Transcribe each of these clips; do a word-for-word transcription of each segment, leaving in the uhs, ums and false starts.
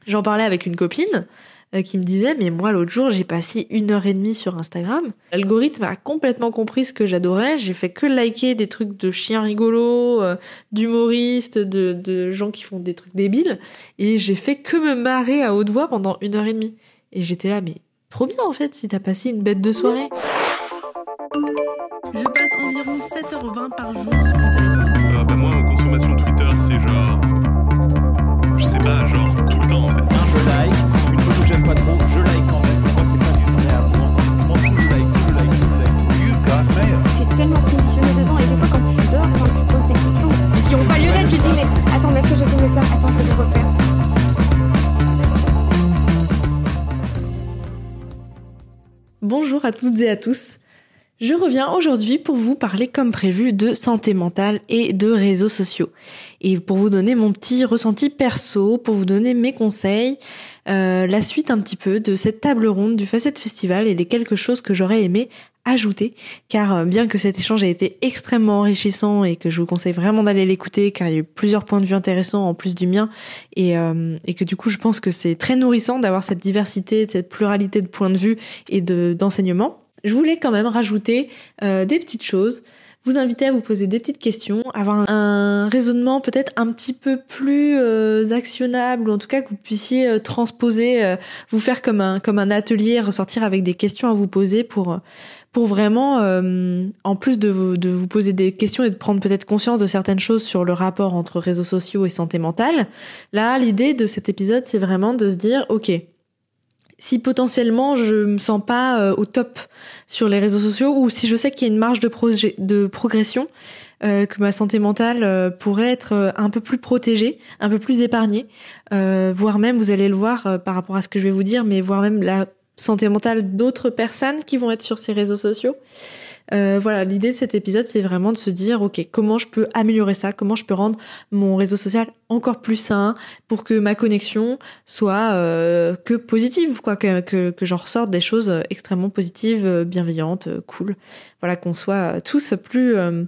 J'en parlais avec une copine euh, qui me disait mais moi l'autre jour j'ai passé une heure et demie sur Instagram. L'algorithme a complètement compris ce que j'adorais. J'ai fait que liker des trucs de chiens rigolos, euh, d'humoristes, de, de gens qui font des trucs débiles. Et j'ai fait que me marrer à haute voix pendant une heure et demie. Et j'étais là mais trop bien en fait si t'as passé une bête de soirée. Je passe environ sept heures vingt par jour sur mon téléphone. Euh, bah moi, en consommation Twitter, c'est genre... Je sais pas, genre tout le temps en fait. Un, je like, une photo que j'aime pas trop, je like quand même. Moi, c'est pas du vrai amour. Je m'en fous, je like, je like, je like. You got mail. T'es tellement conditionné dedans et des fois quand tu dors, quand tu poses des questions qui n'ont pas lieu d'être, tu te dis mais attends, mais est-ce que j'ai fait mes plans? Attends, faut que je refaire. Bonjour à toutes et à tous. Je reviens aujourd'hui pour vous parler comme prévu de santé mentale et de réseaux sociaux. Et pour vous donner mon petit ressenti perso, pour vous donner mes conseils, euh, la suite un petit peu de cette table ronde du Facette Festival et les quelques choses que j'aurais aimé ajouter. Car euh, bien que cet échange ait été extrêmement enrichissant et que je vous conseille vraiment d'aller l'écouter car il y a eu plusieurs points de vue intéressants en plus du mien et, euh, et que du coup je pense que c'est très nourrissant d'avoir cette diversité, cette pluralité de points de vue et de, d'enseignements. Je voulais quand même rajouter euh, des petites choses, vous inviter à vous poser des petites questions, avoir un, un raisonnement peut-être un petit peu plus euh, actionnable, ou en tout cas que vous puissiez euh, transposer, euh, vous faire comme un comme un atelier, ressortir avec des questions à vous poser pour pour vraiment, euh, en plus de vous, de vous poser des questions et de prendre peut-être conscience de certaines choses sur le rapport entre réseaux sociaux et santé mentale. Là, l'idée de cet épisode, c'est vraiment de se dire, ok, si potentiellement je me sens pas euh, au top sur les réseaux sociaux ou si je sais qu'il y a une marge de, projet, de progression, euh, que ma santé mentale euh, pourrait être euh, un peu plus protégée, un peu plus épargnée, euh, voire même, vous allez le voir euh, par rapport à ce que je vais vous dire, mais voire même la santé mentale d'autres personnes qui vont être sur ces réseaux sociaux. Euh, voilà, l'idée de cet épisode, c'est vraiment de se dire, ok, comment je peux améliorer ça, comment je peux rendre mon réseau social encore plus sain pour que ma connexion soit euh, que positive, quoi, que, que, que j'en ressorte des choses extrêmement positives, bienveillantes, cool. Voilà, qu'on soit tous plus, euh,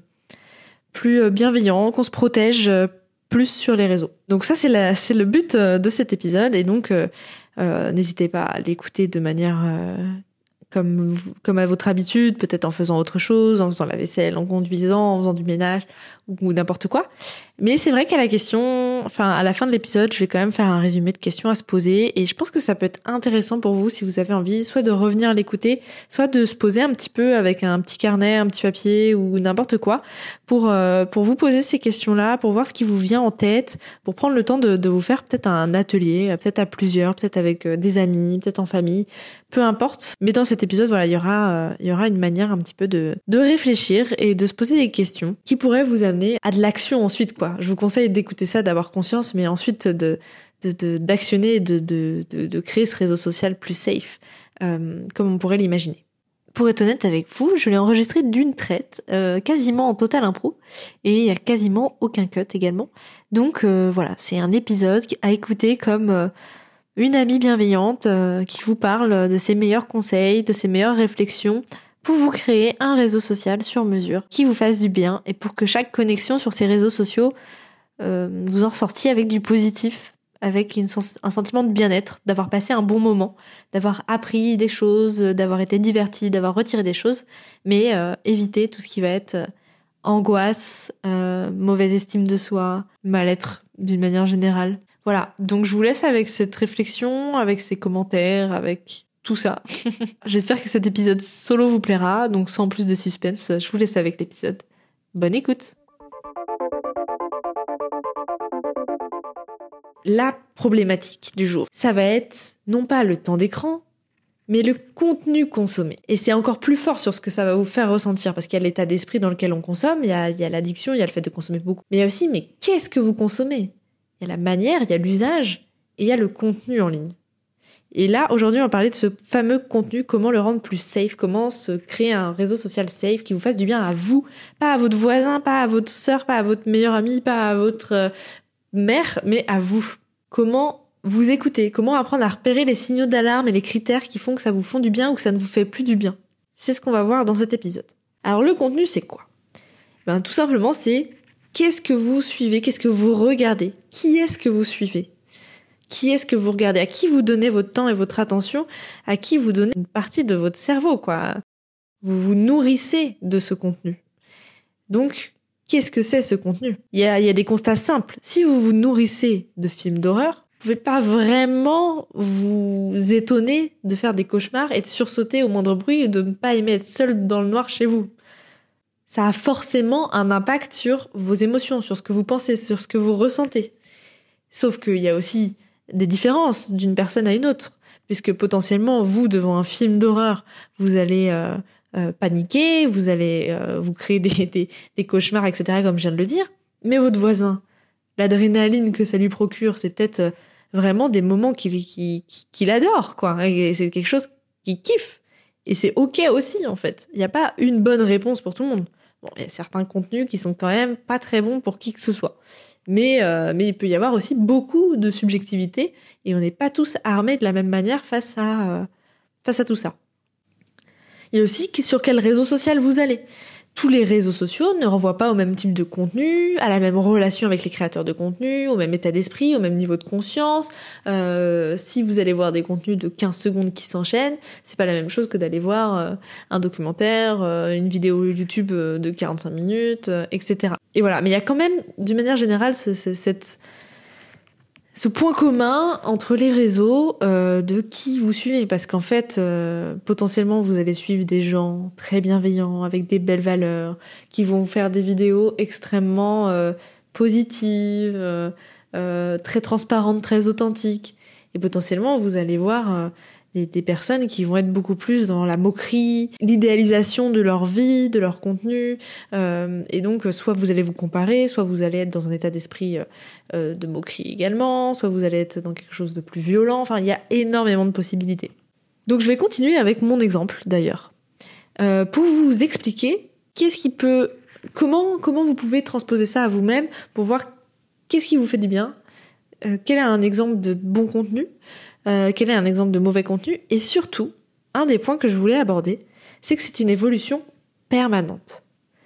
plus bienveillants, qu'on se protège plus sur les réseaux. Donc ça, c'est, la, c'est le but de cet épisode, et donc euh, euh, n'hésitez pas à l'écouter de manière... Euh, Comme, comme à votre habitude, peut-être en faisant autre chose, en faisant la vaisselle, en conduisant, en faisant du ménage, ou n'importe quoi. Mais c'est vrai qu'à la question, enfin, à la fin de l'épisode, je vais quand même faire un résumé de questions à se poser, et je pense que ça peut être intéressant pour vous si vous avez envie, soit de revenir l'écouter, soit de se poser un petit peu avec un petit carnet, un petit papier, ou n'importe quoi, pour, euh, pour vous poser ces questions-là, pour voir ce qui vous vient en tête, pour prendre le temps de, de vous faire peut-être un atelier, peut-être à plusieurs, peut-être avec des amis, peut-être en famille, peu importe. Mais dans cet épisode, voilà, il y aura, euh, il y aura une manière un petit peu de, de réfléchir et de se poser des questions qui pourraient vous amener à de l'action ensuite, quoi. Je vous conseille d'écouter ça, d'avoir conscience, mais ensuite de, de, de d'actionner, de, de, de, de créer ce réseau social plus safe, euh, comme on pourrait l'imaginer. Pour être honnête avec vous, je l'ai enregistré d'une traite, euh, quasiment en total impro, et il y a quasiment aucun cut également. Donc euh, voilà, c'est un épisode à écouter comme euh, une amie bienveillante euh, qui vous parle de ses meilleurs conseils, de ses meilleures réflexions pour vous créer un réseau social sur mesure qui vous fasse du bien et pour que chaque connexion sur ces réseaux sociaux euh, vous en ressortiez avec du positif, avec une sens- un sentiment de bien-être, d'avoir passé un bon moment, d'avoir appris des choses, d'avoir été diverti, d'avoir retiré des choses, mais euh, éviter tout ce qui va être euh, angoisse, euh, mauvaise estime de soi, mal-être d'une manière générale. Voilà, donc je vous laisse avec cette réflexion, avec ces commentaires, avec tout ça. J'espère que cet épisode solo vous plaira, donc sans plus de suspense, je vous laisse avec l'épisode. Bonne écoute. La problématique du jour, ça va être non pas le temps d'écran, mais le contenu consommé. Et c'est encore plus fort sur ce que ça va vous faire ressentir, parce qu'il y a l'état d'esprit dans lequel on consomme, il y a, il y a l'addiction, il y a le fait de consommer beaucoup. Mais il y a aussi, mais qu'est-ce que vous consommez ? Il y a la manière, il y a l'usage, et il y a le contenu en ligne. Et là, aujourd'hui, on va parler de ce fameux contenu, comment le rendre plus safe, comment se créer un réseau social safe qui vous fasse du bien à vous, pas à votre voisin, pas à votre sœur, pas à votre meilleure amie, pas à votre euh, mère, mais à vous. Comment vous écouter, comment apprendre à repérer les signaux d'alarme et les critères qui font que ça vous font du bien ou que ça ne vous fait plus du bien. C'est ce qu'on va voir dans cet épisode. Alors le contenu, c'est quoi ? Ben, tout simplement, c'est qu'est-ce que vous suivez, qu'est-ce que vous regardez, qui est-ce que vous suivez ? Qui est-ce que vous regardez? À qui vous donnez votre temps et votre attention? À qui vous donnez une partie de votre cerveau, quoi? Vous vous nourrissez de ce contenu. Donc, qu'est-ce que c'est ce contenu? Il y a, il y a des constats simples. Si vous vous nourrissez de films d'horreur, vous pouvez pas vraiment vous étonner de faire des cauchemars et de sursauter au moindre bruit et de ne pas aimer être seul dans le noir chez vous. Ça a forcément un impact sur vos émotions, sur ce que vous pensez, sur ce que vous ressentez. Sauf qu'il y a aussi des différences d'une personne à une autre, puisque potentiellement, vous, devant un film d'horreur, vous allez euh, euh, paniquer, vous allez euh, vous créer des, des, des cauchemars, et cetera, comme je viens de le dire. Mais votre voisin, l'adrénaline que ça lui procure, c'est peut-être euh, vraiment des moments qu'il, qu'il, qu'il adore, quoi. Et c'est quelque chose qu'il kiffe. Et c'est ok aussi, en fait. Il n'y a pas une bonne réponse pour tout le monde. Bon, il y a certains contenus qui sont quand même pas très bons pour qui que ce soit. Mais, euh, mais il peut y avoir aussi beaucoup de subjectivité et on n'est pas tous armés de la même manière face à, euh, face à tout ça. Il y a aussi sur quel réseau social vous allez. Tous les réseaux sociaux ne renvoient pas au même type de contenu, à la même relation avec les créateurs de contenu, au même état d'esprit, au même niveau de conscience. Euh, si vous allez voir des contenus de quinze secondes qui s'enchaînent, c'est pas la même chose que d'aller voir euh, un documentaire, euh, une vidéo YouTube euh, de quarante-cinq minutes, euh, et cetera. Et voilà. Mais il y a quand même, d'une manière générale, ce, ce, cette, ce point commun entre les réseaux euh, de qui vous suivez. Parce qu'en fait, euh, potentiellement, vous allez suivre des gens très bienveillants, avec des belles valeurs, qui vont faire des vidéos extrêmement euh, positives, euh, euh, très transparentes, très authentiques. Et potentiellement, vous allez voir euh, des, des personnes qui vont être beaucoup plus dans la moquerie, l'idéalisation de leur vie, de leur contenu. Euh, et donc, soit vous allez vous comparer, soit vous allez être dans un état d'esprit euh, de moquerie également, soit vous allez être dans quelque chose de plus violent. Enfin, il y a énormément de possibilités. Donc, je vais continuer avec mon exemple, d'ailleurs, euh, pour vous expliquer qu'est-ce qui peut, comment, comment vous pouvez transposer ça à vous-même pour voir qu'est-ce qui vous fait du bien, euh, quel est un exemple de bon contenu, Euh, quel est un exemple de mauvais contenu, et surtout, un des points que je voulais aborder, c'est que c'est une évolution permanente.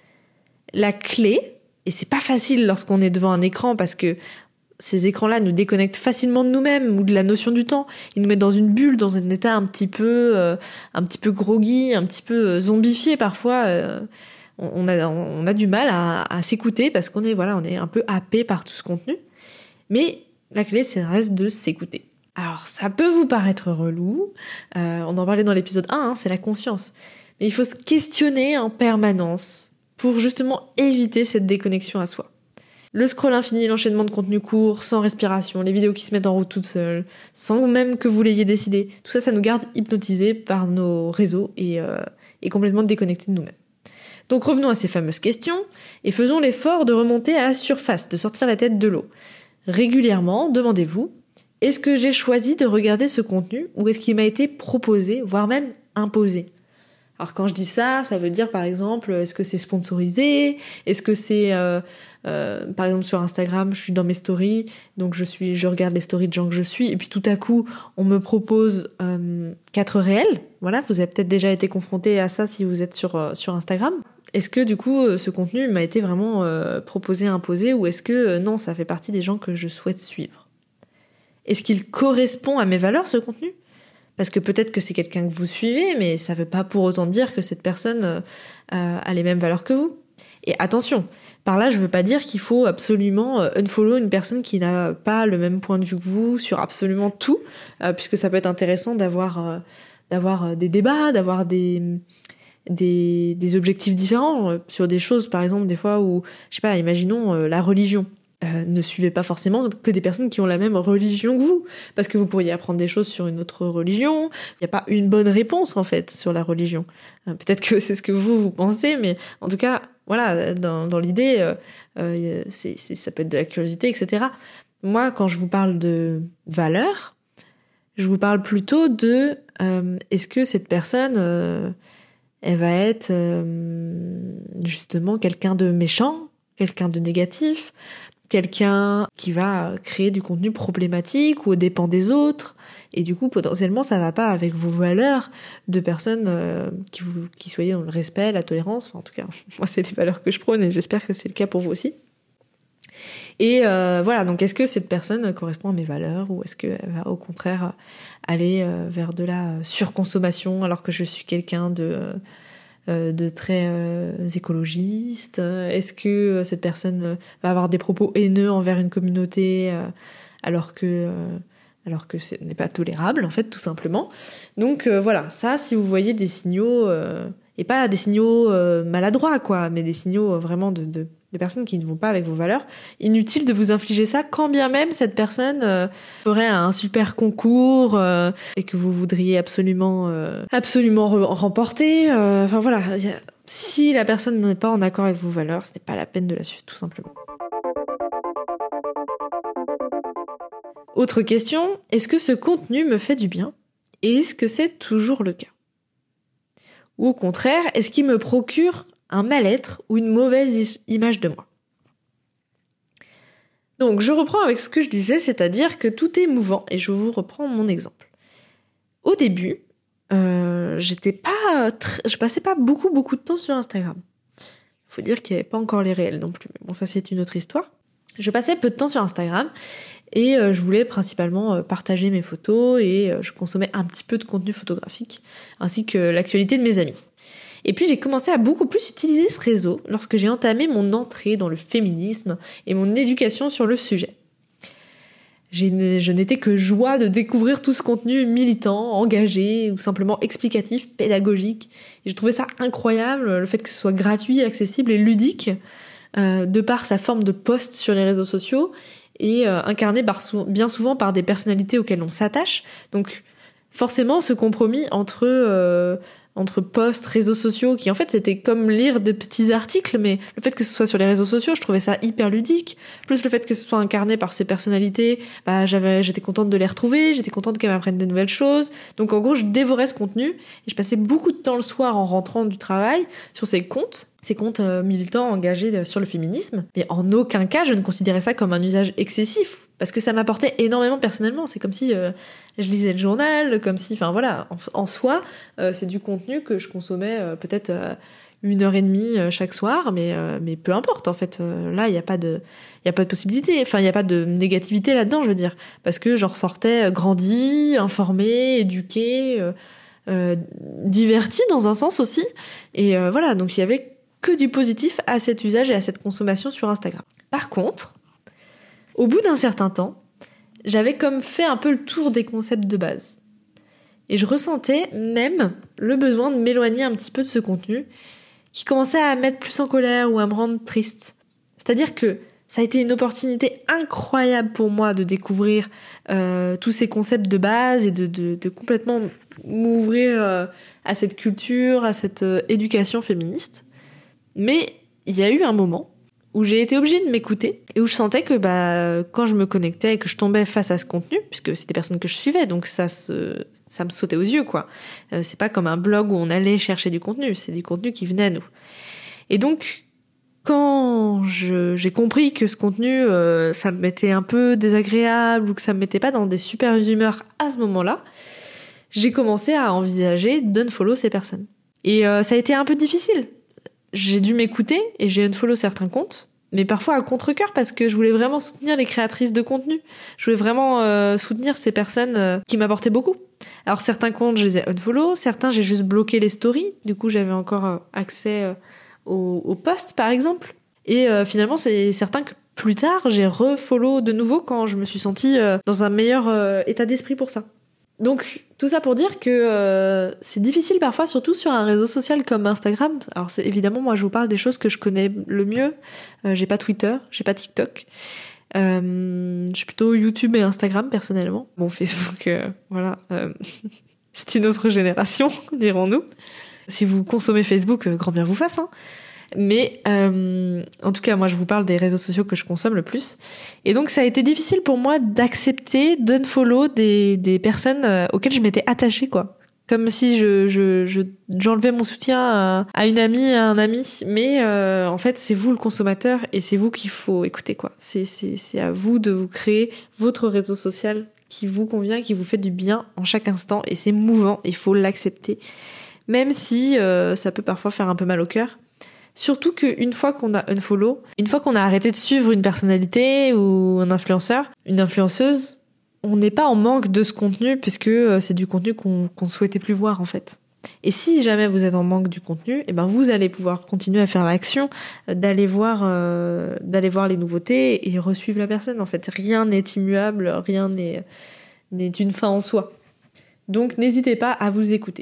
La clé, et c'est pas facile lorsqu'on est devant un écran parce que ces écrans-là nous déconnectent facilement de nous-mêmes ou de la notion du temps. Ils nous mettent dans une bulle, dans un état un petit peu, euh, un petit peu groggy, un petit peu euh, zombifié parfois. Euh, on, a, on a du mal à, à s'écouter parce qu'on est, voilà, on est un peu happé par tout ce contenu. Mais la clé, c'est reste de s'écouter. Alors, ça peut vous paraître relou, euh, on en parlait dans l'épisode un, hein, c'est la conscience. Mais il faut se questionner en permanence pour justement éviter cette déconnexion à soi. Le scroll infini, l'enchaînement de contenu court, sans respiration, les vidéos qui se mettent en route toutes seules, sans même que vous l'ayez décidé, tout ça, ça nous garde hypnotisés par nos réseaux et, euh, et complètement déconnectés de nous-mêmes. Donc revenons à ces fameuses questions et faisons l'effort de remonter à la surface, de sortir la tête de l'eau. Régulièrement, demandez-vous, est-ce que j'ai choisi de regarder ce contenu ou est-ce qu'il m'a été proposé, voire même imposé? Alors quand je dis ça, ça veut dire par exemple, est-ce que c'est sponsorisé? Est-ce que c'est, euh, euh, par exemple sur Instagram, je suis dans mes stories, donc je suis, je regarde les stories de gens que je suis, et puis tout à coup, on me propose euh, quatre réels. Voilà, vous avez peut-être déjà été confronté à ça si vous êtes sur euh, sur Instagram. Est-ce que du coup, ce contenu m'a été vraiment euh, proposé, imposé, ou est-ce que euh, non, ça fait partie des gens que je souhaite suivre? Est-ce qu'il correspond à mes valeurs, ce contenu? Parce que peut-être que c'est quelqu'un que vous suivez, mais ça veut pas pour autant dire que cette personne euh, a les mêmes valeurs que vous. Et attention, par là, je veux pas dire qu'il faut absolument euh, unfollow une personne qui n'a pas le même point de vue que vous sur absolument tout, euh, puisque ça peut être intéressant d'avoir euh, d'avoir des débats, d'avoir des des des objectifs différents euh, sur des choses, par exemple, des fois où, je sais pas, imaginons euh, la religion. Euh, ne suivez pas forcément que des personnes qui ont la même religion que vous, parce que vous pourriez apprendre des choses sur une autre religion. Il n'y a pas une bonne réponse en fait sur la religion. Euh, peut-être que c'est ce que vous vous pensez, mais en tout cas, voilà, dans, dans l'idée, euh, euh, c'est, c'est, ça peut être de la curiosité, et cetera. Moi, quand je vous parle de valeurs, je vous parle plutôt de euh, est-ce que cette personne, euh, elle va être euh, justement quelqu'un de méchant, quelqu'un de négatif, quelqu'un qui va créer du contenu problématique ou aux dépens des autres, et du coup potentiellement ça va pas avec vos valeurs de personnes euh, qui vous qui soyez dans le respect, la tolérance. Enfin, en tout cas, moi c'est les valeurs que je prône et j'espère que c'est le cas pour vous aussi. Et euh, voilà, donc est-ce que cette personne correspond à mes valeurs ou est-ce qu'elle va au contraire aller euh, vers de la surconsommation alors que je suis quelqu'un de, euh, de très euh, écologiste? Est-ce que cette personne va avoir des propos haineux envers une communauté euh, alors que... Euh, alors que ce n'est pas tolérable, en fait, tout simplement. Donc euh, voilà, ça, si vous voyez des signaux, euh, et pas des signaux euh, maladroits, quoi, mais des signaux euh, vraiment de, de, de personnes qui ne vont pas avec vos valeurs, inutile de vous infliger ça, quand bien même cette personne euh, ferait un super concours euh, et que vous voudriez absolument, euh, absolument re- remporter. Euh, enfin voilà, y a, si la personne n'est pas en accord avec vos valeurs, ce n'est pas la peine de la suivre, tout simplement. Autre question, est-ce que ce contenu me fait du bien? Et est-ce que c'est toujours le cas? Ou au contraire, est-ce qu'il me procure un mal-être ou une mauvaise image de moi? Donc je reprends avec ce que je disais, c'est-à-dire que tout est mouvant, et je vous reprends mon exemple. Au début, euh, j'étais pas, tr- je passais pas beaucoup beaucoup de temps sur Instagram. Faut dire qu'il n'y avait pas encore les réels non plus, mais bon, ça c'est une autre histoire. Je passais peu de temps sur Instagram. Et euh, je voulais principalement euh, partager mes photos et euh, je consommais un petit peu de contenu photographique, ainsi que l'actualité de mes amis. Et puis j'ai commencé à beaucoup plus utiliser ce réseau lorsque j'ai entamé mon entrée dans le féminisme et mon éducation sur le sujet. J'ai, je n'étais que joie de découvrir tout ce contenu militant, engagé ou simplement explicatif, pédagogique. Et je trouvais ça incroyable, le fait que ce soit gratuit, accessible et ludique, euh, de par sa forme de post sur les réseaux sociaux, et euh, incarné par sou- bien souvent par des personnalités auxquelles on s'attache. Donc forcément ce compromis entre euh, entre posts, réseaux sociaux, qui en fait c'était comme lire des petits articles, mais le fait que ce soit sur les réseaux sociaux, je trouvais ça hyper ludique, plus le fait que ce soit incarné par ces personnalités, bah j'avais j'étais contente de les retrouver, j'étais contente qu'elles m'apprennent des nouvelles choses. Donc en gros je dévorais ce contenu et je passais beaucoup de temps le soir en rentrant du travail sur ces comptes ces comptes euh, militants engagés sur le féminisme, mais en aucun cas je ne considérais ça comme un usage excessif, parce que ça m'apportait énormément personnellement. C'est comme si euh, je lisais le journal, comme si, enfin voilà, en, en soi, euh, c'est du contenu que je consommais euh, peut-être euh, une heure et demie euh, chaque soir, mais euh, mais peu importe en fait. Euh, là, il y a pas de, il y a pas de possibilité, enfin il y a pas de négativité là-dedans, je veux dire, parce que j'en ressortais euh, grandi, informée, éduquée, euh, euh, divertie dans un sens aussi, et euh, voilà, donc il y avait que du positif à cet usage et à cette consommation sur Instagram. Par contre, au bout d'un certain temps, j'avais comme fait un peu le tour des concepts de base. Et je ressentais même le besoin de m'éloigner un petit peu de ce contenu qui commençait à me mettre plus en colère ou à me rendre triste. C'est-à-dire que ça a été une opportunité incroyable pour moi de découvrir euh, tous ces concepts de base et de, de, de complètement m'ouvrir euh, à cette culture, à cette euh, éducation féministe. Mais il y a eu un moment où j'ai été obligée de m'écouter et où je sentais que bah quand je me connectais et que je tombais face à ce contenu, puisque c'est des personnes que je suivais, donc ça se ça me sautait aux yeux quoi. Euh, c'est pas comme un blog où on allait chercher du contenu, c'est du contenu qui venait à nous. Et donc quand je, j'ai compris que ce contenu euh, ça me mettait un peu désagréable ou que ça me mettait pas dans des super humeurs à ce moment-là, j'ai commencé à envisager d'unfollow ces personnes. Et euh, ça a été un peu difficile. J'ai dû m'écouter et j'ai unfollow certains comptes, mais parfois à contre-cœur parce que je voulais vraiment soutenir les créatrices de contenu. Je voulais vraiment euh, soutenir ces personnes euh, qui m'apportaient beaucoup. Alors certains comptes, je les ai unfollow, certains j'ai juste bloqué les stories. Du coup, j'avais encore euh, accès euh, aux, aux posts, par exemple. Et euh, finalement, c'est certain que plus tard, j'ai refollow de nouveau quand je me suis sentie euh, dans un meilleur euh, état d'esprit pour ça. Donc tout ça pour dire que euh, c'est difficile parfois, surtout sur un réseau social comme Instagram. Alors c'est évidemment, moi je vous parle des choses que je connais le mieux. Euh, j'ai pas Twitter, j'ai pas TikTok. Euh, je suis plutôt YouTube et Instagram personnellement. Bon, Facebook, euh, voilà, euh, c'est une autre génération, dirons-nous. Si vous consommez Facebook, euh, grand bien vous fasse. Hein. Mais euh, en tout cas, moi, je vous parle des réseaux sociaux que je consomme le plus. Et donc, ça a été difficile pour moi d'accepter d'unfollow des, des personnes euh, auxquelles je m'étais attachée, quoi. Comme si je, je, je, j'enlevais mon soutien à, à une amie, à un ami. Mais euh, en fait, c'est vous le consommateur et c'est vous qu'il faut écouter, quoi. C'est, c'est, c'est à vous de vous créer votre réseau social qui vous convient, qui vous fait du bien en chaque instant. Et c'est mouvant, il faut l'accepter. Même si euh, ça peut parfois faire un peu mal au cœur. Surtout qu'une fois qu'on a unfollow, une fois qu'on a arrêté de suivre une personnalité ou un influenceur, une influenceuse, on n'est pas en manque de ce contenu puisque c'est du contenu qu'on qu'on souhaitait plus voir en fait. Et si jamais vous êtes en manque du contenu, eh ben vous allez pouvoir continuer à faire l'action d'aller voir, euh, d'aller voir les nouveautés et resuivre la personne. En fait, rien n'est immuable, rien n'est n'est une fin en soi. Donc n'hésitez pas à vous écouter.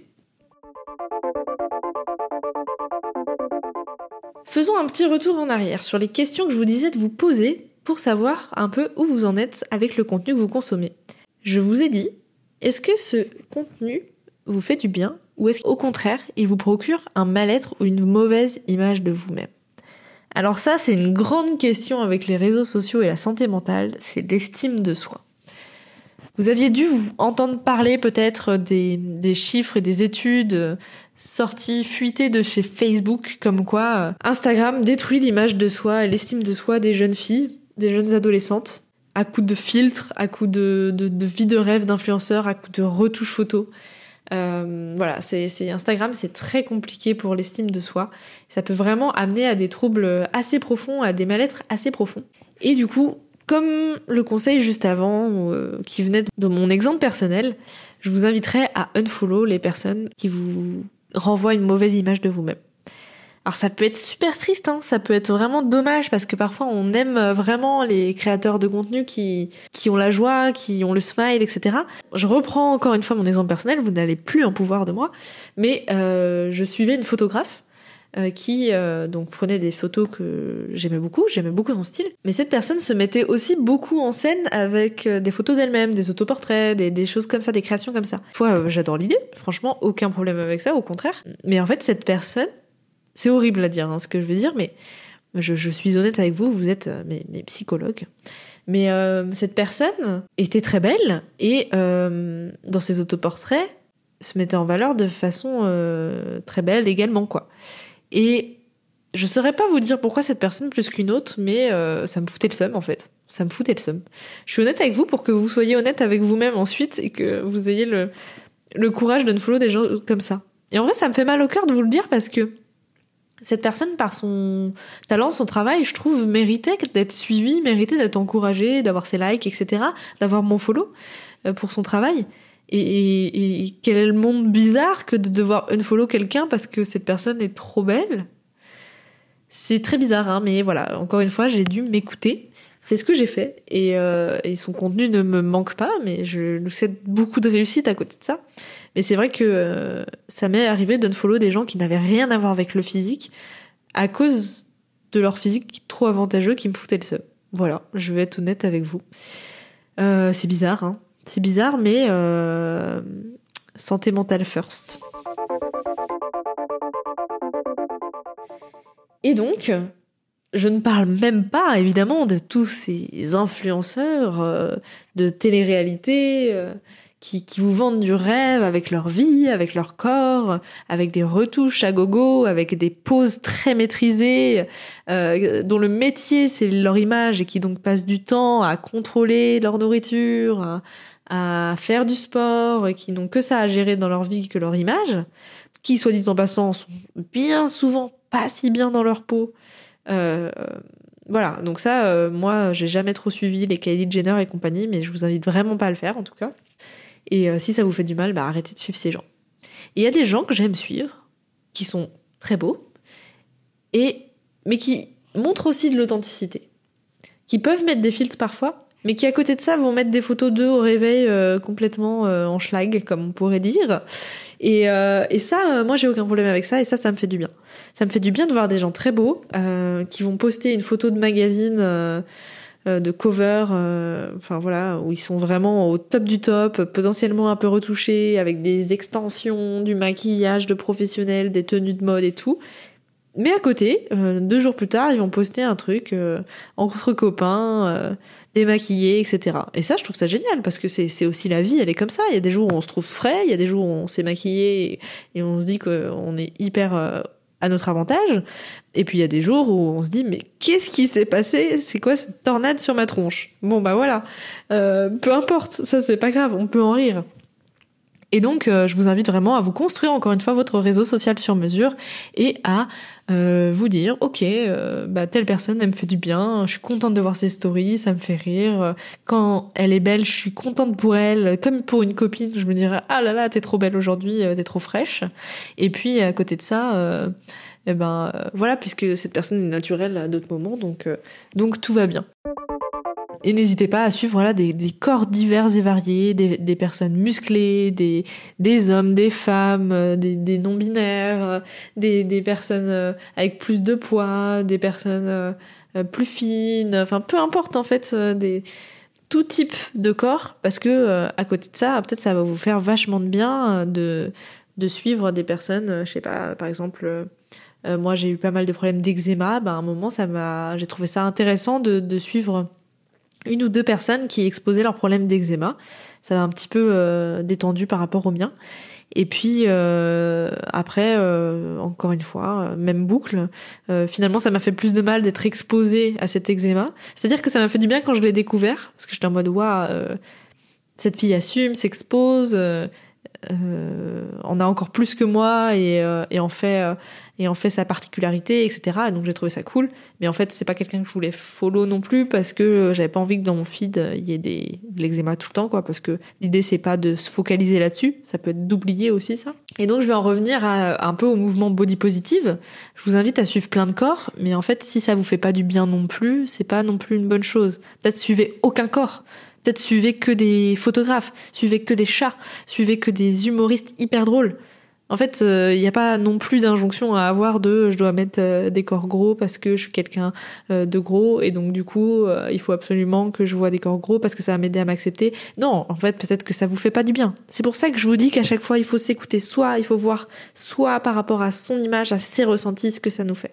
Faisons un petit retour en arrière sur les questions que je vous disais de vous poser pour savoir un peu où vous en êtes avec le contenu que vous consommez. Je vous ai dit, est-ce que ce contenu vous fait du bien ou est-ce qu'au contraire, il vous procure un mal-être ou une mauvaise image de vous-même ? Alors ça, c'est une grande question avec les réseaux sociaux et la santé mentale, c'est l'estime de soi. Vous aviez dû vous entendre parler peut-être des, des chiffres et des études sorties, fuitées de chez Facebook, comme quoi Instagram détruit l'image de soi et l'estime de soi des jeunes filles, des jeunes adolescentes, à coup de filtres, à coup de, de, de vie de rêve d'influenceurs, à coup de retouches photos. Euh, voilà, c'est, c'est Instagram, c'est très compliqué pour l'estime de soi. Ça peut vraiment amener à des troubles assez profonds, à des mal-être assez profonds. Et du coup, comme le conseil juste avant, euh, qui venait de mon exemple personnel, je vous inviterais à unfollow les personnes qui vous renvoient une mauvaise image de vous-même. Alors ça peut être super triste, hein, ça peut être vraiment dommage parce que parfois on aime vraiment les créateurs de contenu qui qui ont la joie, qui ont le smile, et cetera. Je reprends encore une fois mon exemple personnel, vous n'allez plus en pouvoir de moi, mais euh, je suivais une photographe euh, qui euh, donc prenait des photos que j'aimais beaucoup, j'aimais beaucoup son style, mais cette personne se mettait aussi beaucoup en scène avec des photos d'elle-même, des autoportraits, des, des choses comme ça, des créations comme ça. Fois, euh, j'adore l'idée, franchement, aucun problème avec ça, au contraire. Mais en fait, cette personne, c'est horrible à dire hein, ce que je veux dire, mais je, je suis honnête avec vous, vous êtes euh, mes, mes psychologues. Mais euh, cette personne était très belle et euh, dans ses autoportraits se mettait en valeur de façon euh, très belle également, quoi. Et je saurais pas vous dire pourquoi cette personne plus qu'une autre, mais euh, ça me foutait le seum en fait. Ça me foutait le seum. Je suis honnête avec vous pour que vous soyez honnête avec vous-même ensuite et que vous ayez le, le courage de ne follow des gens comme ça. Et en vrai, ça me fait mal au cœur de vous le dire parce que cette personne, par son talent, son travail, je trouve, méritait d'être suivie, méritait d'être encouragée, d'avoir ses likes, et cetera, d'avoir mon follow pour son travail. Et, et, et quel est le monde bizarre que de devoir unfollow quelqu'un parce que cette personne est trop belle ? C'est très bizarre, hein, mais voilà, encore une fois, j'ai dû m'écouter. C'est ce que j'ai fait. Et, euh, et son contenu ne me manque pas, mais je lui souhaite beaucoup de réussite à côté de ça. Mais c'est vrai que euh, ça m'est arrivé d'unfollow des gens qui n'avaient rien à voir avec le physique à cause de leur physique trop avantageux qui me foutait le seum. Voilà, je vais être honnête avec vous. Euh, c'est bizarre, hein. C'est bizarre, mais euh, santé mentale first. Et donc, je ne parle même pas, évidemment, de tous ces influenceurs euh, de télé-réalité euh, qui, qui vous vendent du rêve avec leur vie, avec leur corps, avec des retouches à gogo, avec des poses très maîtrisées, euh, dont le métier, c'est leur image et qui donc passent du temps à contrôler leur nourriture, à, à faire du sport, et qui n'ont que ça à gérer dans leur vie que leur image, qui, soit dit en passant, sont bien souvent pas si bien dans leur peau. Euh, voilà, donc ça, euh, moi, j'ai jamais trop suivi les Kylie Jenner et compagnie, mais je vous invite vraiment pas à le faire, en tout cas. Et euh, si ça vous fait du mal, bah arrêtez de suivre ces gens. Et il y a des gens que j'aime suivre, qui sont très beaux, et mais qui montrent aussi de l'authenticité, qui peuvent mettre des filtres parfois, mais qui à côté de ça vont mettre des photos d'eux au réveil euh, complètement euh, en schlag, comme on pourrait dire. Et, euh, et ça, euh, moi j'ai aucun problème avec ça, et ça, ça me fait du bien. Ça me fait du bien de voir des gens très beaux euh, qui vont poster une photo de magazine, euh, euh, de cover, euh, enfin voilà, où ils sont vraiment au top du top, potentiellement un peu retouchés, avec des extensions, du maquillage de professionnels, des tenues de mode et tout. Mais à côté, euh, deux jours plus tard, ils vont poster un truc euh, entre copains, euh, démaquillés, et cetera. Et ça, je trouve ça génial, parce que c'est, c'est aussi la vie, elle est comme ça. Il y a des jours où on se trouve frais, il y a des jours où on s'est maquillé et, et on se dit qu'on est hyper euh, à notre avantage. Et puis il y a des jours où on se dit, mais qu'est-ce qui s'est passé ? C'est quoi cette tornade sur ma tronche ? Bon bah voilà, euh, peu importe, ça c'est pas grave, on peut en rire. Et donc, euh, je vous invite vraiment à vous construire encore une fois votre réseau social sur mesure et à euh, vous dire, ok, euh, bah telle personne, elle me fait du bien, je suis contente de voir ses stories, ça me fait rire. Quand elle est belle, je suis contente pour elle. Comme pour une copine, je me dirais, ah là là, t'es trop belle aujourd'hui, t'es trop fraîche. Et puis à côté de ça, euh, eh ben euh, voilà, puisque cette personne est naturelle à d'autres moments, donc euh, donc tout va bien. Et n'hésitez pas à suivre voilà des, des corps divers et variés, des, des personnes musclées, des, des hommes, des femmes, euh, des, des non-binaires, euh, des, des personnes euh, avec plus de poids, des personnes euh, euh, plus fines, enfin peu importe en fait, euh, des tout type de corps, parce que euh, à côté de ça, peut-être ça va vous faire vachement de bien euh, de de suivre des personnes, euh, je sais pas, par exemple. Euh, euh, moi j'ai eu pas mal de problèmes d'eczéma, bah, à un moment ça m'a, j'ai trouvé ça intéressant de, de suivre une ou deux personnes qui exposaient leurs problèmes d'eczéma. Ça m'a un petit peu euh, détendu par rapport au mien. Et puis euh, après, euh, encore une fois, même boucle, euh, finalement ça m'a fait plus de mal d'être exposée à cet eczéma. C'est-à-dire que ça m'a fait du bien quand je l'ai découvert, parce que j'étais en mode, waouh, euh, cette fille assume, s'expose, euh, euh, en a encore plus que moi et, euh, et en fait... Euh, et en fait sa particularité, et cetera. Et donc j'ai trouvé ça cool. Mais en fait, c'est pas quelqu'un que je voulais follow non plus, parce que j'avais pas envie que dans mon feed, il y ait des, de l'eczéma tout le temps, quoi. Parce que l'idée, c'est pas de se focaliser là-dessus. Ça peut être d'oublier aussi, ça. Et donc, je vais en revenir à, un peu au mouvement body positive. Je vous invite à suivre plein de corps. Mais en fait, si ça vous fait pas du bien non plus, c'est pas non plus une bonne chose. Peut-être suivez aucun corps. Peut-être suivez que des photographes. Suivez que des chats. Suivez que des humoristes hyper drôles. En fait, il euh, n'y a pas non plus d'injonction à avoir de je dois mettre euh, des corps gros parce que je suis quelqu'un euh, de gros et donc du coup euh, il faut absolument que je vois des corps gros parce que ça va m'aider à m'accepter. Non, en fait peut-être que ça vous fait pas du bien. C'est pour ça que je vous dis qu'à chaque fois il faut s'écouter, soit il faut voir soit par rapport à son image, à ses ressentis, ce que ça nous fait.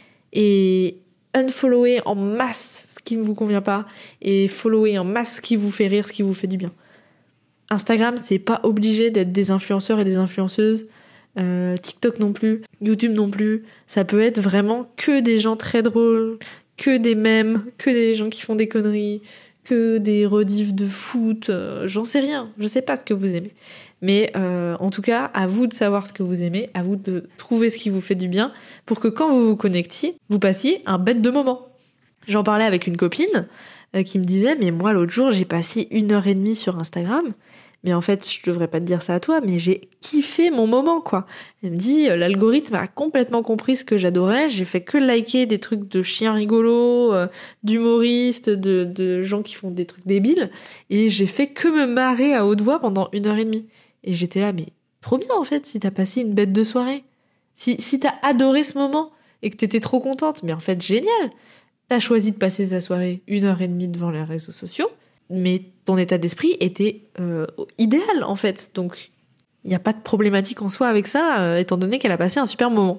Et unfollower en masse ce qui ne vous convient pas et follower en masse ce qui vous fait rire, ce qui vous fait du bien. Instagram, c'est pas obligé d'être des influenceurs et des influenceuses. Euh, TikTok non plus, YouTube non plus. Ça peut être vraiment que des gens très drôles, que des mèmes, que des gens qui font des conneries, que des rediffs de foot. Euh, j'en sais rien. Je sais pas ce que vous aimez. Mais euh, en tout cas, à vous de savoir ce que vous aimez, à vous de trouver ce qui vous fait du bien, pour que quand vous vous connectiez, vous passiez un bête de moment. J'en parlais avec une copine euh, qui me disait, mais moi l'autre jour j'ai passé une heure et demie sur Instagram. Mais en fait, je devrais pas te dire ça à toi, mais j'ai kiffé mon moment, quoi. Elle me dit, l'algorithme a complètement compris ce que j'adorais, j'ai fait que liker des trucs de chiens rigolos, euh, d'humoristes, de, de gens qui font des trucs débiles, et j'ai fait que me marrer à haute voix pendant une heure et demie. Et j'étais là, mais trop bien, en fait, si t'as passé une bête de soirée. Si, si t'as adoré ce moment, et que t'étais trop contente, mais en fait, génial. T'as choisi de passer ta soirée une heure et demie devant les réseaux sociaux, mais ton état d'esprit était euh, idéal en fait, donc il n'y a pas de problématique en soi avec ça, euh, étant donné qu'elle a passé un super moment.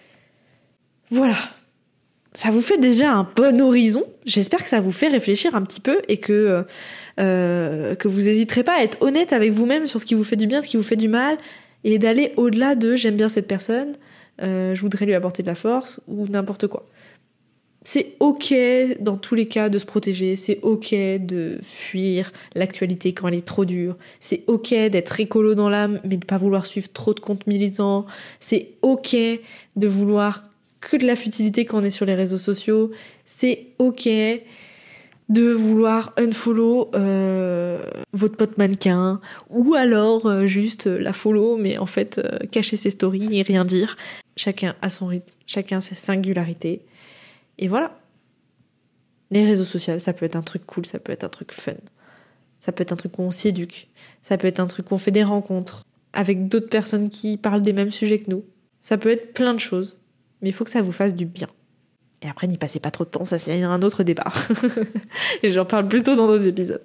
Voilà, ça vous fait déjà un bon horizon. J'espère que ça vous fait réfléchir un petit peu et que euh, que vous hésiterez pas à être honnête avec vous-même sur ce qui vous fait du bien, ce qui vous fait du mal, et d'aller au-delà de j'aime bien cette personne, euh, je voudrais lui apporter de la force ou n'importe quoi. C'est ok dans tous les cas de se protéger, c'est ok de fuir l'actualité quand elle est trop dure, c'est ok d'être écolo dans l'âme mais de pas vouloir suivre trop de comptes militants, c'est ok de vouloir que de la futilité quand on est sur les réseaux sociaux, c'est ok de vouloir unfollow euh, votre pote mannequin ou alors euh, juste la follow mais en fait euh, cacher ses stories et rien dire. Chacun a son rythme, chacun a ses singularités. Et voilà. Les réseaux sociaux, ça peut être un truc cool, ça peut être un truc fun. Ça peut être un truc où on s'éduque. Ça peut être un truc où on fait des rencontres avec d'autres personnes qui parlent des mêmes sujets que nous. Ça peut être plein de choses. Mais il faut que ça vous fasse du bien. Et après, n'y passez pas trop de temps, ça c'est un autre débat. Et j'en parle plutôt dans d'autres épisodes.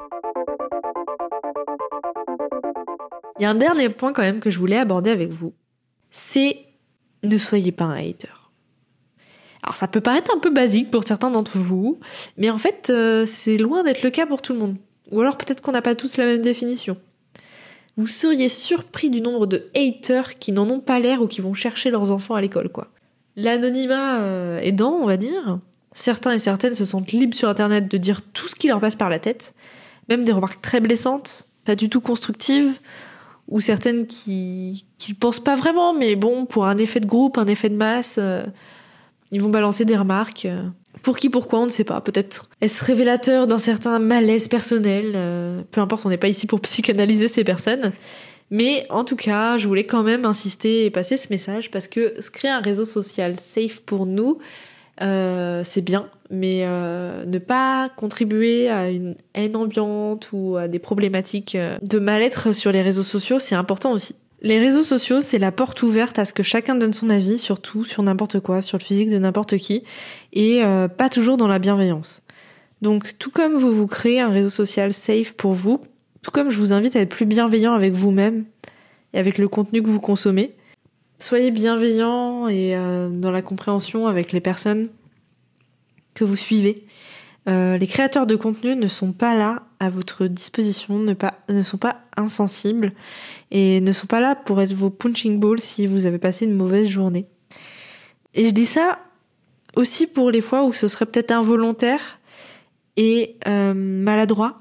Il y a un dernier point quand même que je voulais aborder avec vous. C'est ne soyez pas un hater. Alors ça peut paraître un peu basique pour certains d'entre vous, mais en fait euh, c'est loin d'être le cas pour tout le monde. Ou alors peut-être qu'on n'a pas tous la même définition. Vous seriez surpris du nombre de haters qui n'en ont pas l'air ou qui vont chercher leurs enfants à l'école, quoi. L'anonymat euh, aidant, on va dire, certains et certaines se sentent libres sur internet de dire tout ce qui leur passe par la tête, même des remarques très blessantes, pas du tout constructives, ou certaines qui qui pensent pas vraiment, mais bon, pour un effet de groupe, un effet de masse, euh, ils vont balancer des remarques. Euh, pour qui, pourquoi, on ne sait pas. Peut-être est-ce révélateur d'un certain malaise personnel. Euh, peu importe, on n'est pas ici pour psychanalyser ces personnes. Mais en tout cas, je voulais quand même insister et passer ce message parce que se créer un réseau social safe pour nous, euh, c'est bien, mais euh, ne pas contribuer à une haine ambiante ou à des problématiques de mal-être sur les réseaux sociaux, c'est important aussi. Les réseaux sociaux, c'est la porte ouverte à ce que chacun donne son avis, surtout sur n'importe quoi, sur le physique de n'importe qui, et euh, pas toujours dans la bienveillance. Donc, tout comme vous vous créez un réseau social safe pour vous, tout comme je vous invite à être plus bienveillant avec vous-même et avec le contenu que vous consommez, soyez bienveillant et euh, dans la compréhension avec les personnes que vous suivez. Euh, les créateurs de contenu ne sont pas là à votre disposition, ne, pas, ne sont pas insensibles et ne sont pas là pour être vos punching balls si vous avez passé une mauvaise journée. Et je dis ça aussi pour les fois où ce serait peut-être involontaire et euh, maladroit.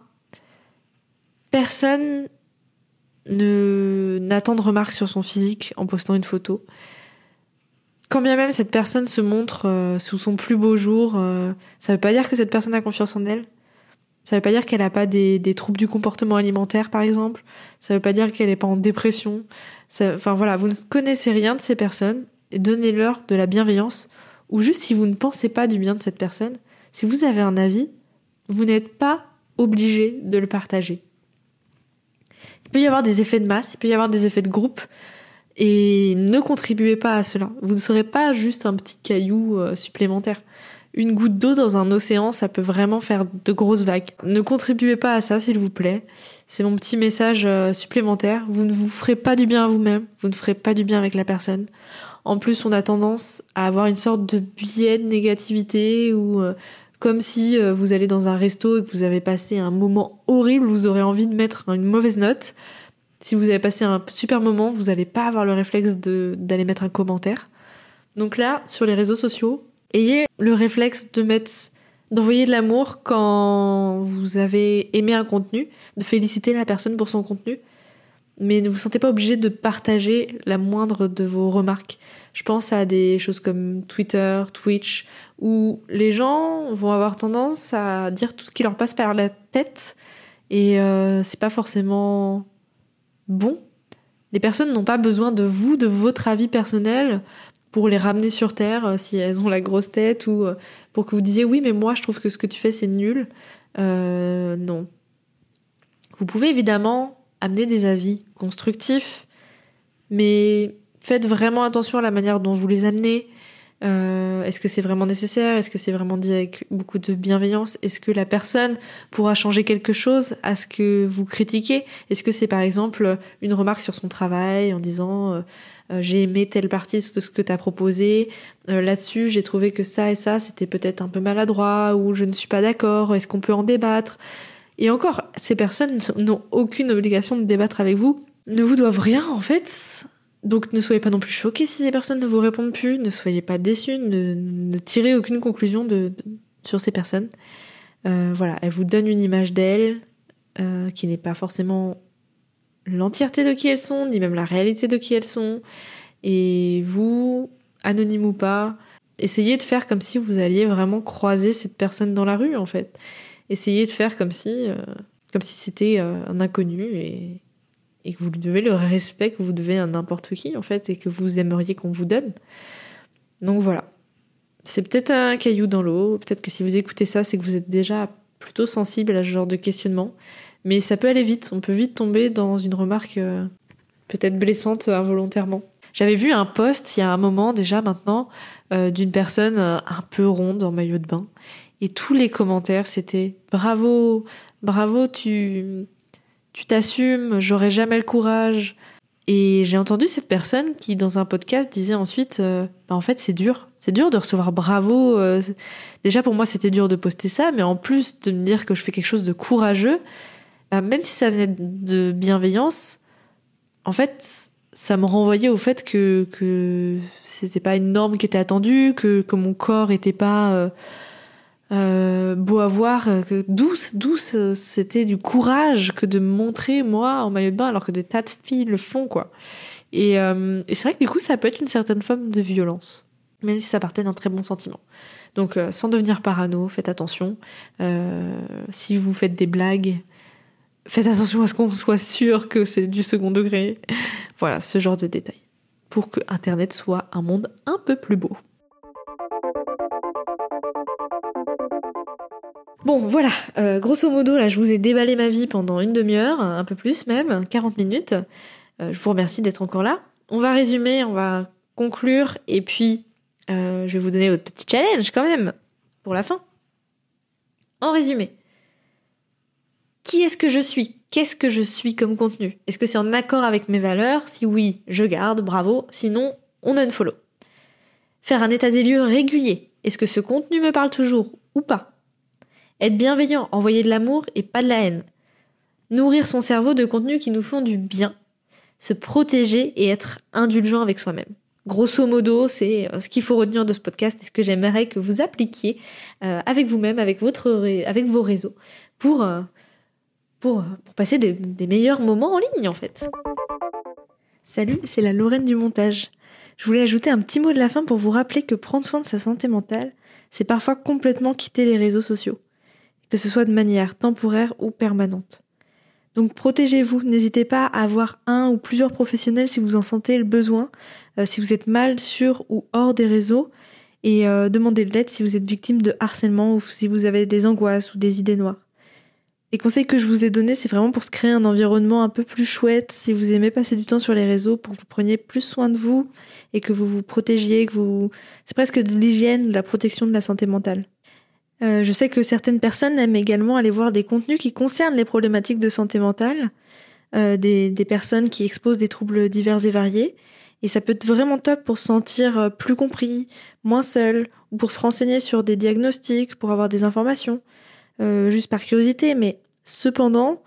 Personne ne n'attend de remarques sur son physique en postant une photo. Quand bien même cette personne se montre euh, sous son plus beau jour, euh, ça veut pas dire que cette personne a confiance en elle. Ça veut pas dire qu'elle a pas des, des troubles du comportement alimentaire, par exemple. Ça veut pas dire qu'elle est pas en dépression. Ça, enfin voilà, vous ne connaissez rien de ces personnes et donnez-leur de la bienveillance. Ou juste si vous ne pensez pas du bien de cette personne, si vous avez un avis, vous n'êtes pas obligé de le partager. Il peut y avoir des effets de masse, il peut y avoir des effets de groupe. Et ne contribuez pas à cela. Vous ne serez pas juste un petit caillou euh, supplémentaire. Une goutte d'eau dans un océan, ça peut vraiment faire de grosses vagues. Ne contribuez pas à ça, s'il vous plaît. C'est mon petit message euh, supplémentaire. Vous ne vous ferez pas du bien à vous-même. Vous ne ferez pas du bien avec la personne. En plus, on a tendance à avoir une sorte de biais de négativité ou euh, comme si euh, vous allez dans un resto et que vous avez passé un moment horrible, vous aurez envie de mettre une mauvaise note. Si vous avez passé un super moment, vous n'allez pas avoir le réflexe de, d'aller mettre un commentaire. Donc là, sur les réseaux sociaux, ayez le réflexe de mettre, d'envoyer de l'amour quand vous avez aimé un contenu, de féliciter la personne pour son contenu, mais ne vous sentez pas obligé de partager la moindre de vos remarques. Je pense à des choses comme Twitter, Twitch, où les gens vont avoir tendance à dire tout ce qui leur passe par la tête, et euh, c'est pas forcément bon. Les personnes n'ont pas besoin de vous, de votre avis personnel pour les ramener sur terre euh, si elles ont la grosse tête ou euh, pour que vous disiez oui mais moi je trouve que ce que tu fais c'est nul. Euh, non. Vous pouvez évidemment amener des avis constructifs, mais faites vraiment attention à la manière dont vous les amenez. Euh, est-ce que c'est vraiment nécessaire ? Est-ce que c'est vraiment dit avec beaucoup de bienveillance ? Est-ce que la personne pourra changer quelque chose à ce que vous critiquez ? Est-ce que c'est par exemple une remarque sur son travail en disant euh, euh, j'ai aimé telle partie de ce que tu as proposé, euh, là-dessus j'ai trouvé que ça et ça c'était peut-être un peu maladroit ou je ne suis pas d'accord, est-ce qu'on peut en débattre ? Et encore, ces personnes n'ont aucune obligation de débattre avec vous, ne vous doivent rien en fait. Donc ne soyez pas non plus choqués si ces personnes ne vous répondent plus, ne soyez pas déçus, ne, ne tirez aucune conclusion de, de, sur ces personnes. Euh, voilà, elles vous donnent une image d'elles euh, qui n'est pas forcément l'entièreté de qui elles sont, ni même la réalité de qui elles sont. Et vous, anonyme ou pas, essayez de faire comme si vous alliez vraiment croiser cette personne dans la rue en fait. Essayez de faire comme si, euh, comme si c'était euh, un inconnu et... et que vous devez le respect que vous devez à n'importe qui, en fait, et que vous aimeriez qu'on vous donne. Donc voilà. C'est peut-être un caillou dans l'eau, peut-être que si vous écoutez ça, c'est que vous êtes déjà plutôt sensible à ce genre de questionnement, mais ça peut aller vite, on peut vite tomber dans une remarque euh, peut-être blessante involontairement. J'avais vu un post il y a un moment, déjà maintenant, euh, d'une personne euh, un peu ronde en maillot de bain, et tous les commentaires, c'était « Bravo, bravo, tu... tu t'assumes, j'aurais jamais le courage ». Et j'ai entendu cette personne qui, dans un podcast, disait ensuite euh, bah, en fait, c'est dur. C'est dur de recevoir bravo. Euh, déjà, pour moi, c'était dur de poster ça, mais en plus de me dire que je fais quelque chose de courageux, bah, même si ça venait de bienveillance, en fait, ça me renvoyait au fait que, que c'était pas une norme qui était attendue, que, que mon corps était pas... Euh, Euh, beau à voir, que douce, douce, c'était du courage que de me montrer moi en maillot de bain alors que des tas de filles le font, quoi. Et, euh, et c'est vrai que du coup ça peut être une certaine forme de violence, même si ça partait d'un très bon sentiment. Donc euh, sans devenir parano, faites attention. Euh, si vous faites des blagues, faites attention à ce qu'on soit sûr que c'est du second degré. Voilà, ce genre de détails. Pour que Internet soit un monde un peu plus beau. Bon, voilà, euh, grosso modo, là, je vous ai déballé ma vie pendant une demi-heure, un peu plus même, quarante minutes. Euh, je vous remercie d'être encore là. On va résumer, on va conclure, et puis euh, je vais vous donner votre petit challenge quand même, pour la fin. En résumé, qui est-ce que je suis ? Qu'est-ce que je suis comme contenu ? Est-ce que c'est en accord avec mes valeurs ? Si oui, je garde, bravo. Sinon, on unfollow. Faire un état des lieux régulier. Est-ce que ce contenu me parle toujours ou pas ? Être bienveillant, envoyer de l'amour et pas de la haine. Nourrir son cerveau de contenus qui nous font du bien. Se protéger et être indulgent avec soi-même. Grosso modo, c'est ce qu'il faut retenir de ce podcast et ce que j'aimerais que vous appliquiez euh, avec vous-même, avec votre ré... avec vos réseaux, pour, euh, pour, pour passer des, des meilleurs moments en ligne, en fait. Salut, c'est la Lorraine du montage. Je voulais ajouter un petit mot de la fin pour vous rappeler que prendre soin de sa santé mentale, c'est parfois complètement quitter les réseaux sociaux. Que ce soit de manière temporaire ou permanente. Donc protégez-vous, n'hésitez pas à avoir un ou plusieurs professionnels si vous en sentez le besoin, euh, si vous êtes mal sur ou hors des réseaux, et euh, demandez de l'aide si vous êtes victime de harcèlement ou si vous avez des angoisses ou des idées noires. Les conseils que je vous ai donnés, c'est vraiment pour se créer un environnement un peu plus chouette, si vous aimez passer du temps sur les réseaux, pour que vous preniez plus soin de vous et que vous vous protégiez, que vous... c'est presque de l'hygiène, de la protection de la santé mentale. Euh, je sais que certaines personnes aiment également aller voir des contenus qui concernent les problématiques de santé mentale, euh, des, des personnes qui exposent des troubles divers et variés, et ça peut être vraiment top pour se sentir plus compris, moins seul, ou pour se renseigner sur des diagnostics, pour avoir des informations, euh, juste par curiosité, mais cependant,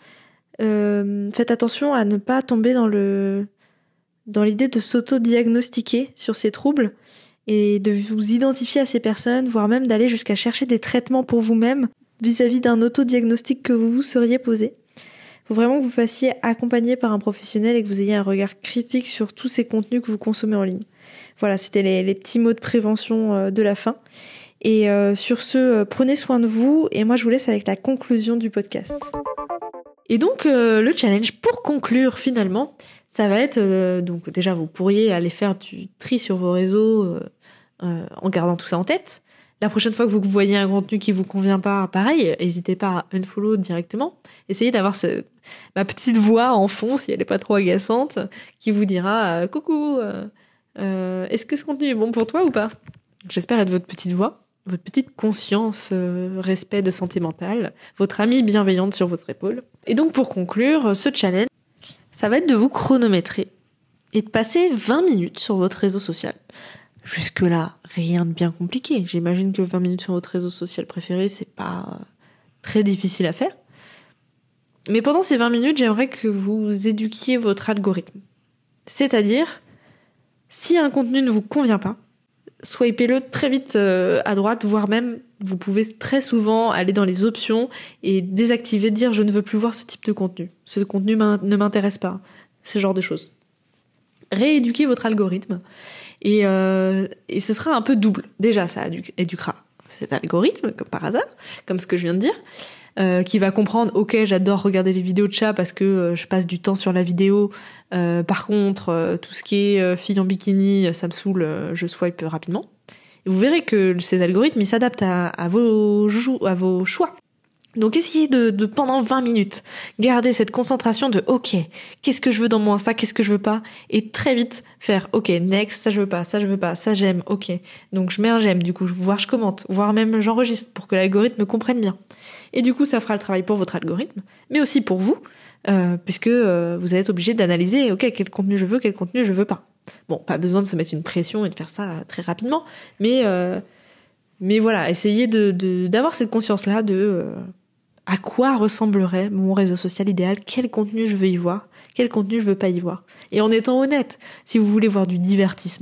euh, faites attention à ne pas tomber dans le dans l'idée de s'auto-diagnostiquer sur ces troubles, et de vous identifier à ces personnes, voire même d'aller jusqu'à chercher des traitements pour vous-même vis-à-vis d'un autodiagnostic que vous vous seriez posé. Il faut vraiment que vous fassiez accompagner par un professionnel et que vous ayez un regard critique sur tous ces contenus que vous consommez en ligne. Voilà, c'était les, les petits mots de prévention euh, de la fin. Et euh, sur ce, euh, prenez soin de vous, et moi je vous laisse avec la conclusion du podcast. Et donc, euh, le challenge pour conclure finalement, ça va être, euh, donc déjà vous pourriez aller faire du tri sur vos réseaux euh, euh, en gardant tout ça en tête. La prochaine fois que vous voyez un contenu qui vous convient pas, pareil, n'hésitez pas à unfollow directement. Essayez d'avoir ce, ma petite voix en fond, si elle est pas trop agaçante, qui vous dira euh, « Coucou, euh, euh, est-ce que ce contenu est bon pour toi ou pas ?» J'espère être votre petite voix, votre petite conscience, euh, respect de santé mentale, votre amie bienveillante sur votre épaule. Et donc pour conclure, ce challenge, ça va être de vous chronométrer et de passer vingt minutes sur votre réseau social. Jusque-là, rien de bien compliqué. J'imagine que vingt minutes sur votre réseau social préféré, c'est pas très difficile à faire. Mais pendant ces vingt minutes, j'aimerais que vous éduquiez votre algorithme. C'est-à-dire, si un contenu ne vous convient pas, swipez-le très vite à droite, voire même, vous pouvez très souvent aller dans les options et désactiver, dire je ne veux plus voir ce type de contenu. Ce contenu ne m'intéresse pas. Ce genre de choses. Rééduquez votre algorithme et, euh, et ce sera un peu double. Déjà, ça éduquera cet algorithme, comme par hasard, comme ce que je viens de dire, euh, qui va comprendre, ok, j'adore regarder des vidéos de chats parce que euh, je passe du temps sur la vidéo. Euh, par contre, euh, tout ce qui est euh, fille en bikini, ça me saoule, euh, je swipe rapidement. Et vous verrez que ces algorithmes, ils s'adaptent à, à, vos, jou- à vos choix. Donc essayez de, de, pendant vingt minutes, garder cette concentration de « Ok, qu'est-ce que je veux dans mon Insta, qu'est-ce que je veux pas ?» Et très vite faire « Ok, next, ça je veux pas, ça je veux pas, ça j'aime, ok. » Donc je mets un j'aime, du coup, voire je commente, voire même j'enregistre pour que l'algorithme comprenne bien. Et du coup, ça fera le travail pour votre algorithme, mais aussi pour vous, euh, puisque euh, vous allez être obligé d'analyser « Ok, quel contenu je veux, quel contenu je veux pas. » Bon, pas besoin de se mettre une pression et de faire ça très rapidement, mais euh, mais voilà, essayez de, de d'avoir cette conscience-là de euh, à quoi ressemblerait mon réseau social idéal, quel contenu je veux y voir, quel contenu je veux pas y voir. Et en étant honnête, si vous voulez voir du divertissement,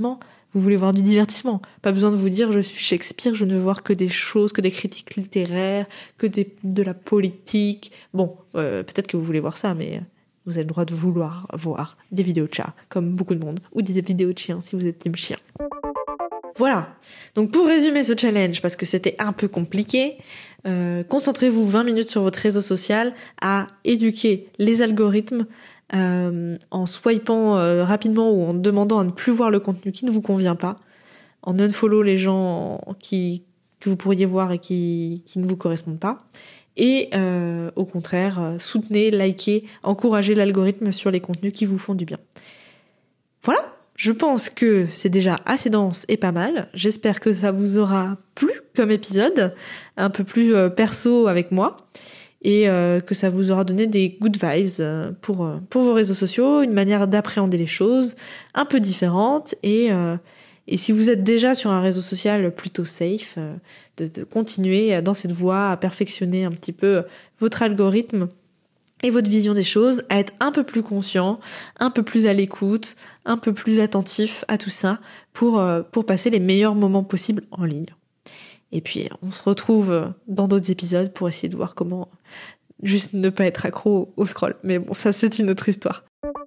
Vous voulez voir du divertissement. Pas besoin de vous dire je suis Shakespeare, je ne veux voir que des choses, que des critiques littéraires, que des, de la politique. Bon, euh, peut-être que vous voulez voir ça, mais vous avez le droit de vouloir voir des vidéos de chats, comme beaucoup de monde, ou des vidéos de chiens si vous êtes team chien. Voilà. Donc pour résumer ce challenge, parce que c'était un peu compliqué, euh, concentrez-vous vingt minutes sur votre réseau social à éduquer les algorithmes euh, en swipant euh, rapidement ou en demandant à ne plus voir le contenu qui ne vous convient pas, en unfollow les gens qui, que vous pourriez voir et qui, qui ne vous correspondent pas, et euh, au contraire, euh, soutenez, likez, encouragez l'algorithme sur les contenus qui vous font du bien. Voilà. Je pense que c'est déjà assez dense et pas mal. J'espère que ça vous aura plu comme épisode, un peu plus euh, perso avec moi, et euh, que ça vous aura donné des good vibes euh, pour, euh, pour vos réseaux sociaux, une manière d'appréhender les choses un peu différente, et, euh, et si vous êtes déjà sur un réseau social plutôt safe, euh, de, de continuer dans cette voie à perfectionner un petit peu votre algorithme et votre vision des choses, à être un peu plus conscient, un peu plus à l'écoute, un peu plus attentif à tout ça pour, euh, pour passer les meilleurs moments possibles en ligne. Et puis, on se retrouve dans d'autres épisodes pour essayer de voir comment juste ne pas être accro au scroll. Mais bon, ça, c'est une autre histoire.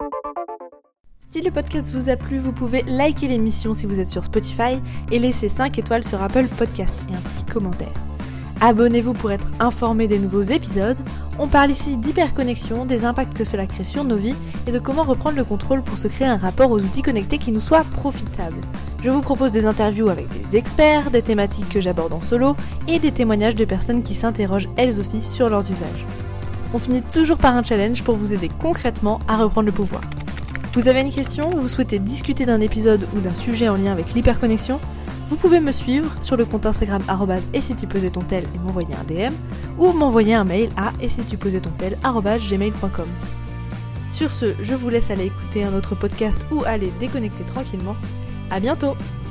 Si le podcast vous a plu, vous pouvez liker l'émission si vous êtes sur Spotify et laisser cinq étoiles sur Apple Podcast et un petit commentaire. Abonnez-vous pour être informé des nouveaux épisodes. On parle ici d'hyperconnexion, des impacts que cela crée sur nos vies et de comment reprendre le contrôle pour se créer un rapport aux outils connectés qui nous soit profitable. Je vous propose des interviews avec des experts, des thématiques que j'aborde en solo et des témoignages de personnes qui s'interrogent elles aussi sur leurs usages. On finit toujours par un challenge pour vous aider concrètement à reprendre le pouvoir. Vous avez une question, vous souhaitez discuter d'un épisode ou d'un sujet en lien avec l'hyperconnexion ? Vous pouvez me suivre sur le compte Instagram arobase et si tu posais ton tel et m'envoyer un D M ou m'envoyer un mail à et si tu posais ton tel arobase gmail point com. Sur ce, je vous laisse aller écouter un autre podcast ou aller déconnecter tranquillement. À bientôt!